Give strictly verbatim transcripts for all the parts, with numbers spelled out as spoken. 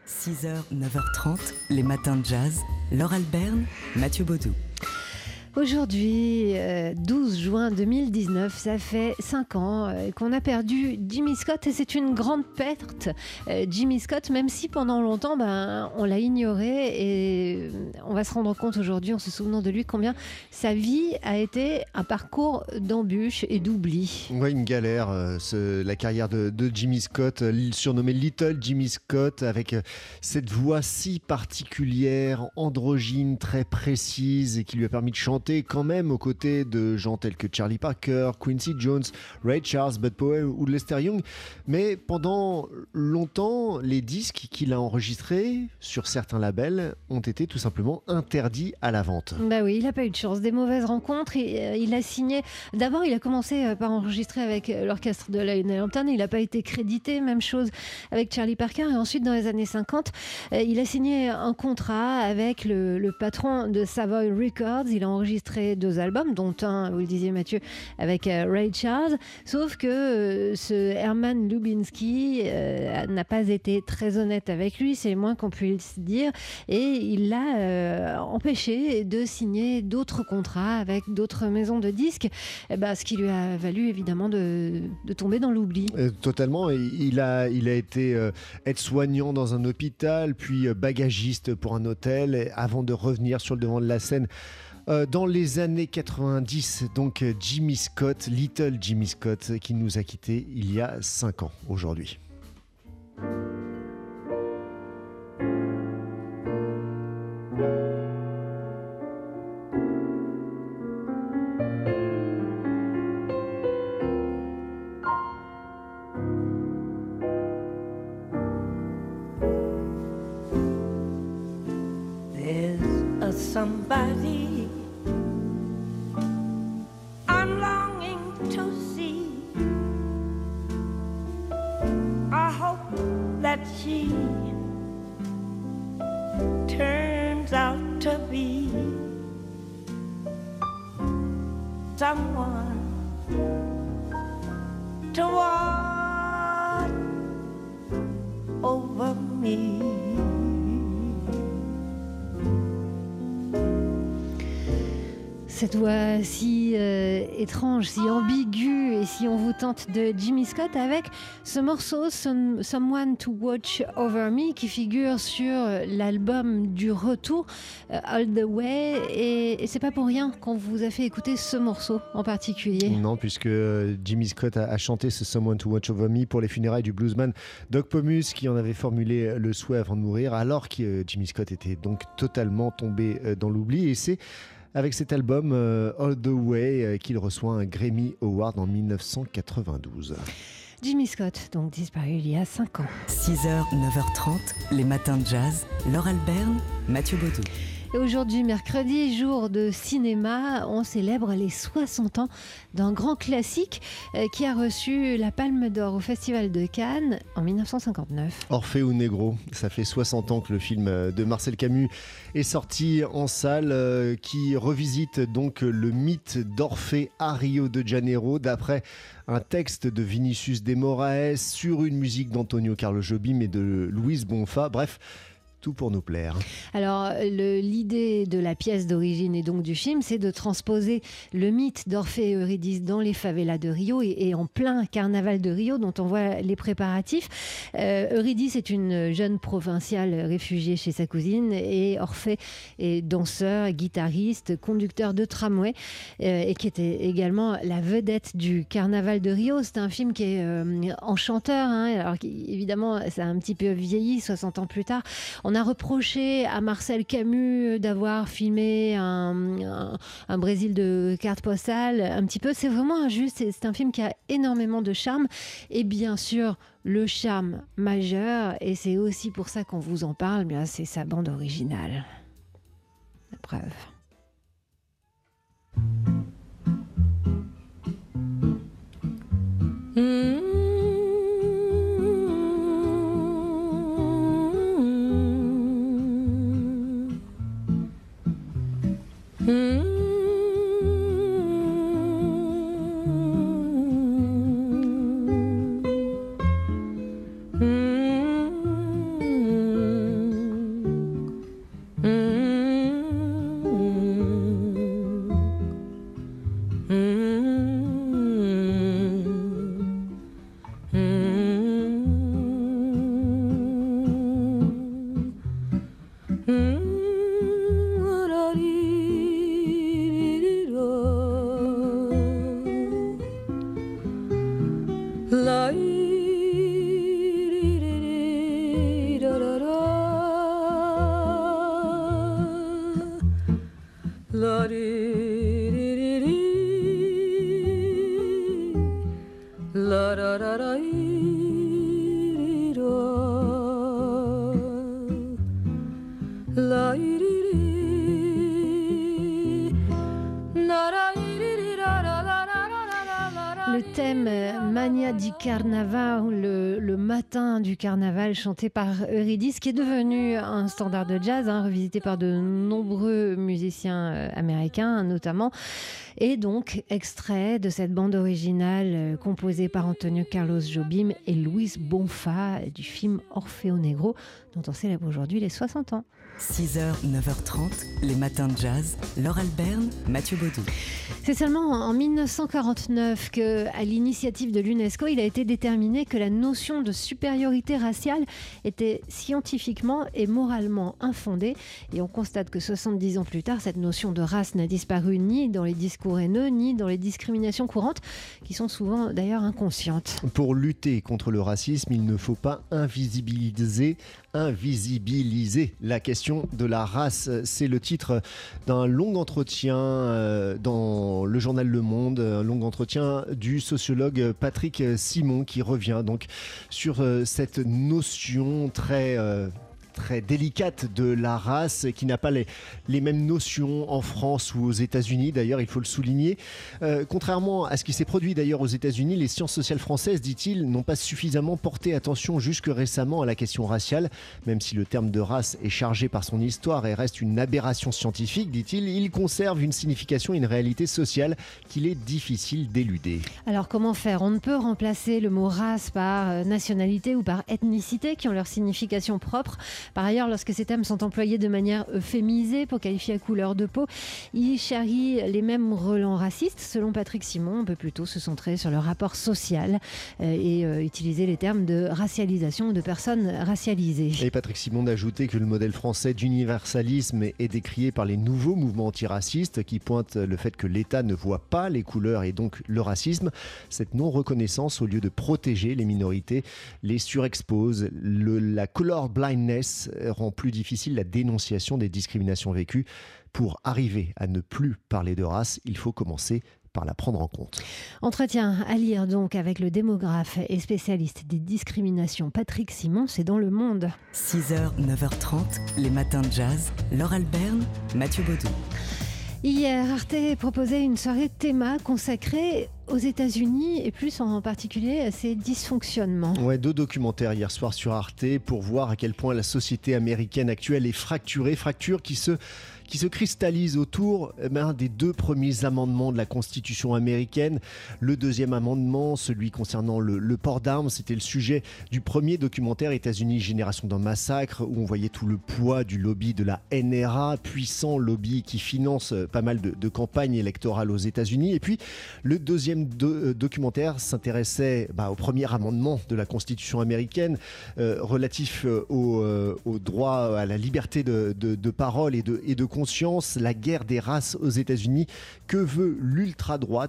six heures, neuf heures trente, les matins de jazz. Laure Alberne, Mathieu Baudou. Aujourd'hui, euh, douze juin deux mille dix-neuf, ça fait cinq ans euh, qu'on a perdu Jimmy Scott et c'est une grande perte. Euh, Jimmy Scott, même si pendant longtemps, ben, on l'a ignoré et on va se rendre compte aujourd'hui, en se souvenant de lui, combien sa vie a été un parcours d'embûches et d'oubli. Ouais, une galère, euh, ce, la carrière de, de Jimmy Scott, euh, surnommé Little Jimmy Scott, avec euh, cette voix si particulière, androgyne, très précise et qui lui a permis de chanter quand même aux côtés de gens tels que Charlie Parker, Quincy Jones, Ray Charles, Bud Powell ou Lester Young. Mais pendant longtemps, les disques qu'il a enregistrés sur certains labels ont été tout simplement interdits à la vente. Bah oui, il n'a pas eu de chance, des mauvaises rencontres. Il, euh, il a signé. D'abord, il a commencé euh, par enregistrer avec euh, l'orchestre de Lionel Hampton. Il n'a pas été crédité, même chose avec Charlie Parker. Et ensuite, dans les années cinquante, euh, il a signé un contrat avec le, le patron de Savoy Records. Il a enregistré deux albums, dont un, vous le disiez Mathieu, avec euh, Ray Charles. Sauf que euh, ce Herman Lubinsky euh, n'a pas été très honnête avec lui, c'est le moins qu'on puisse dire. Et il l'a euh, empêché de signer d'autres contrats avec d'autres maisons de disques, eh ben, ce qui lui a valu évidemment de, de tomber dans l'oubli. Euh, totalement. Il a, il a été euh, aide-soignant dans un hôpital, puis euh, bagagiste pour un hôtel, avant de revenir sur le devant de la scène. Euh, dans les années quatre-vingt-dix, donc Jimmy Scott, Little Jimmy Scott, qui nous a quittés il y a cinq ans aujourd'hui. There's a somebody I'm longing to see. I hope that she turns out to be someone to watch over me. Cette voix si euh, étrange, si ambiguë et si envoûtante de Jimmy Scott avec ce morceau Some, Someone to Watch Over Me qui figure sur l'album du retour euh, All the Way et, et c'est pas pour rien qu'on vous a fait écouter ce morceau en particulier. Non, puisque Jimmy Scott a, a chanté ce Someone to Watch Over Me pour les funérailles du bluesman Doc Pomus qui en avait formulé le souhait avant de mourir, alors que euh, Jimmy Scott était donc totalement tombé euh, dans l'oubli. Et c'est avec cet album euh, All the Way euh, qu'il reçoit un Grammy Award en dix-neuf cent quatre-vingt-douze. Jimmy Scott, donc disparu il y a cinq ans. six heures, neuf heures trente, les matins de jazz. Laure Alberne, Mathieu Baudou. Et aujourd'hui, mercredi, jour de cinéma, on célèbre les soixante ans d'un grand classique euh, qui a reçu la Palme d'Or au Festival de Cannes en dix-neuf cent cinquante-neuf. Orphée ou Negro, ça fait soixante ans que le film de Marcel Camus est sorti en salle, euh, qui revisite donc le mythe d'Orphée à Rio de Janeiro, d'après un texte de Vinicius de Moraes sur une musique d'Antonio Carlos Jobim et de Louise Bonfa. Bref, tout pour nous plaire. Alors, le, l'idée de la pièce d'origine et donc du film, c'est de transposer le mythe d'Orphée et Eurydice dans les favelas de Rio et, et en plein carnaval de Rio, dont on voit les préparatifs. Euh, Eurydice est une jeune provinciale réfugiée chez sa cousine et Orphée est danseur, guitariste, conducteur de tramway euh, et qui était également la vedette du carnaval de Rio. C'est un film qui est euh, enchanteur, hein, alors évidemment, ça a un petit peu vieilli soixante ans plus tard. On a reproché à Marcel Camus d'avoir filmé un, un, un Brésil de cartes postales, un petit peu. C'est vraiment injuste. C'est, c'est un film qui a énormément de charme. Et bien sûr, le charme majeur, et c'est aussi pour ça qu'on vous en parle, bien, c'est sa bande originale. La preuve. Mm-hmm. Mm-hmm. Mm-hmm. thème Mania di Carnaval, le, le matin du carnaval, chanté par Eurydice, qui est devenu un standard de jazz, hein, revisité par de nombreux musiciens euh, américains notamment. Et donc, extrait de cette bande originale euh, composée par Antonio Carlos Jobim et Luis Bonfa du film Orfeo Negro, dont on célèbre aujourd'hui les soixante ans. six heures, neuf heures trente, les matins de jazz. Laure Alberne, Mathieu Baudou. C'est seulement en mille neuf cent quarante-neuf que, à l'initiative de l'UNESCO, il a été déterminé que la notion de supériorité raciale était scientifiquement et moralement infondée. Et on constate que soixante-dix ans plus tard, cette notion de race n'a disparu ni dans les discours haineux, ni dans les discriminations courantes, qui sont souvent d'ailleurs inconscientes. Pour lutter contre le racisme, il ne faut pas invisibiliser, invisibiliser la question de la race. C'est le titre d'un long entretien euh, dans le journal Le Monde, un long entretien du sociologue Patrick Simon qui revient donc sur euh, cette notion très... Euh, très délicate de la race, qui n'a pas les, les mêmes notions en France ou aux États-Unis, d'ailleurs, il faut le souligner. Euh, contrairement à ce qui s'est produit d'ailleurs aux États-Unis, les sciences sociales françaises, dit-il, n'ont pas suffisamment porté attention jusque récemment à la question raciale. Même si le terme de race est chargé par son histoire et reste une aberration scientifique, dit-il, il conserve une signification et une réalité sociale qu'il est difficile d'éluder. Alors comment faire ? On ne peut remplacer le mot race par nationalité ou par ethnicité, qui ont leur signification propre. Par ailleurs, lorsque ces termes sont employés de manière euphémisée pour qualifier la couleur de peau, ils charrient les mêmes relents racistes. Selon Patrick Simon, on peut plutôt se centrer sur le rapport social euh, et euh, utiliser les termes de racialisation ou de personnes racialisées. Et Patrick Simon d'ajouter que le modèle français d'universalisme est décrié par les nouveaux mouvements antiracistes qui pointent le fait que l'État ne voit pas les couleurs et donc le racisme. Cette non-reconnaissance, au lieu de protéger les minorités, les surexpose. Le, la color blindness rend plus difficile la dénonciation des discriminations vécues. Pour arriver à ne plus parler de race, il faut commencer par la prendre en compte. Entretien à lire donc avec le démographe et spécialiste des discriminations Patrick Simon, c'est dans Le Monde. six heures, neuf heures trente, les matins de jazz. Laure Alberne, Mathieu Baudou. Hier, Arte proposait une soirée théma consacrée aux États-Unis et plus en particulier à ses dysfonctionnements. Ouais, deux documentaires hier soir sur Arte pour voir à quel point la société américaine actuelle est fracturée, fracture qui se qui se cristallise autour eh ben, des deux premiers amendements de la Constitution américaine. Le deuxième amendement, celui concernant le, le port d'armes, c'était le sujet du premier documentaire États-Unis, Génération d'un massacre, où on voyait tout le poids du lobby de la N R A, puissant lobby qui finance pas mal de, de campagnes électorales aux États-Unis. Et puis, le deuxième do- euh, documentaire s'intéressait bah, au premier amendement de la Constitution américaine, euh, relatif euh, au, euh, au droit à la liberté de, de, de parole et de, et de conscience, la guerre des races aux États-Unis. Que veut l'ultra-droite ?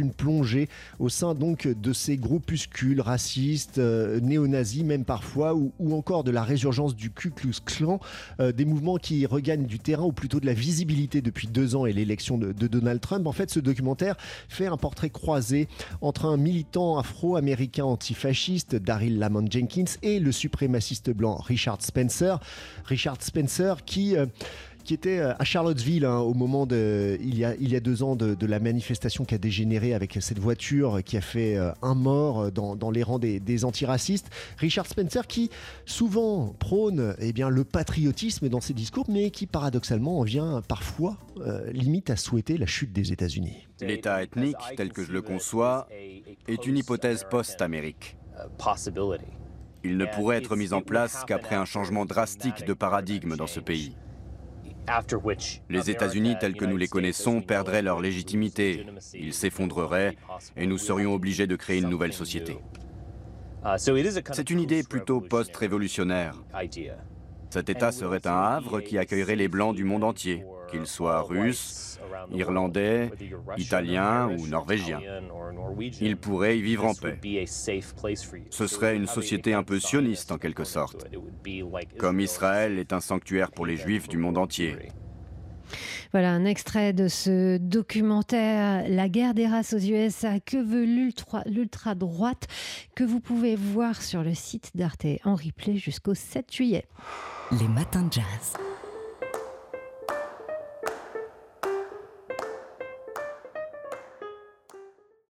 Une plongée au sein donc de ces groupuscules racistes, euh, néo-nazis même parfois, ou, ou encore de la résurgence du Ku Klux Klan, euh, des mouvements qui regagnent du terrain ou plutôt de la visibilité depuis deux ans et l'élection de, de Donald Trump. En fait, ce documentaire fait un portrait croisé entre un militant afro-américain antifasciste, Daryl Lamont Jenkins, et le suprémaciste blanc Richard Spencer. Richard Spencer qui... Euh, qui était à Charlottesville hein, au moment de, il y a, il y a deux ans de, de la manifestation qui a dégénéré avec cette voiture qui a fait euh, un mort dans, dans les rangs des, des antiracistes. Richard Spencer qui souvent prône eh bien, le patriotisme dans ses discours, mais qui paradoxalement en vient parfois euh, limite à souhaiter la chute des États-Unis. L'État ethnique, tel que je le conçois, est une hypothèse post-Amérique. Il ne pourrait être mis en place qu'après un changement drastique de paradigme dans ce pays. Les États-Unis tels que nous les connaissons perdraient leur légitimité, ils s'effondreraient et nous serions obligés de créer une nouvelle société. C'est une idée plutôt post-révolutionnaire. Cet État serait un havre qui accueillerait les Blancs du monde entier, qu'ils soient Russes, Irlandais, Italiens ou Norvégiens. Ils pourraient y vivre en paix. Ce serait une société un peu sioniste en quelque sorte, comme Israël est un sanctuaire pour les Juifs du monde entier. Voilà un extrait de ce documentaire La guerre des races aux U S A, que veut l'ultra, l'ultra-droite, que vous pouvez voir sur le site d'Arte en replay jusqu'au sept juillet. Les matins de jazz.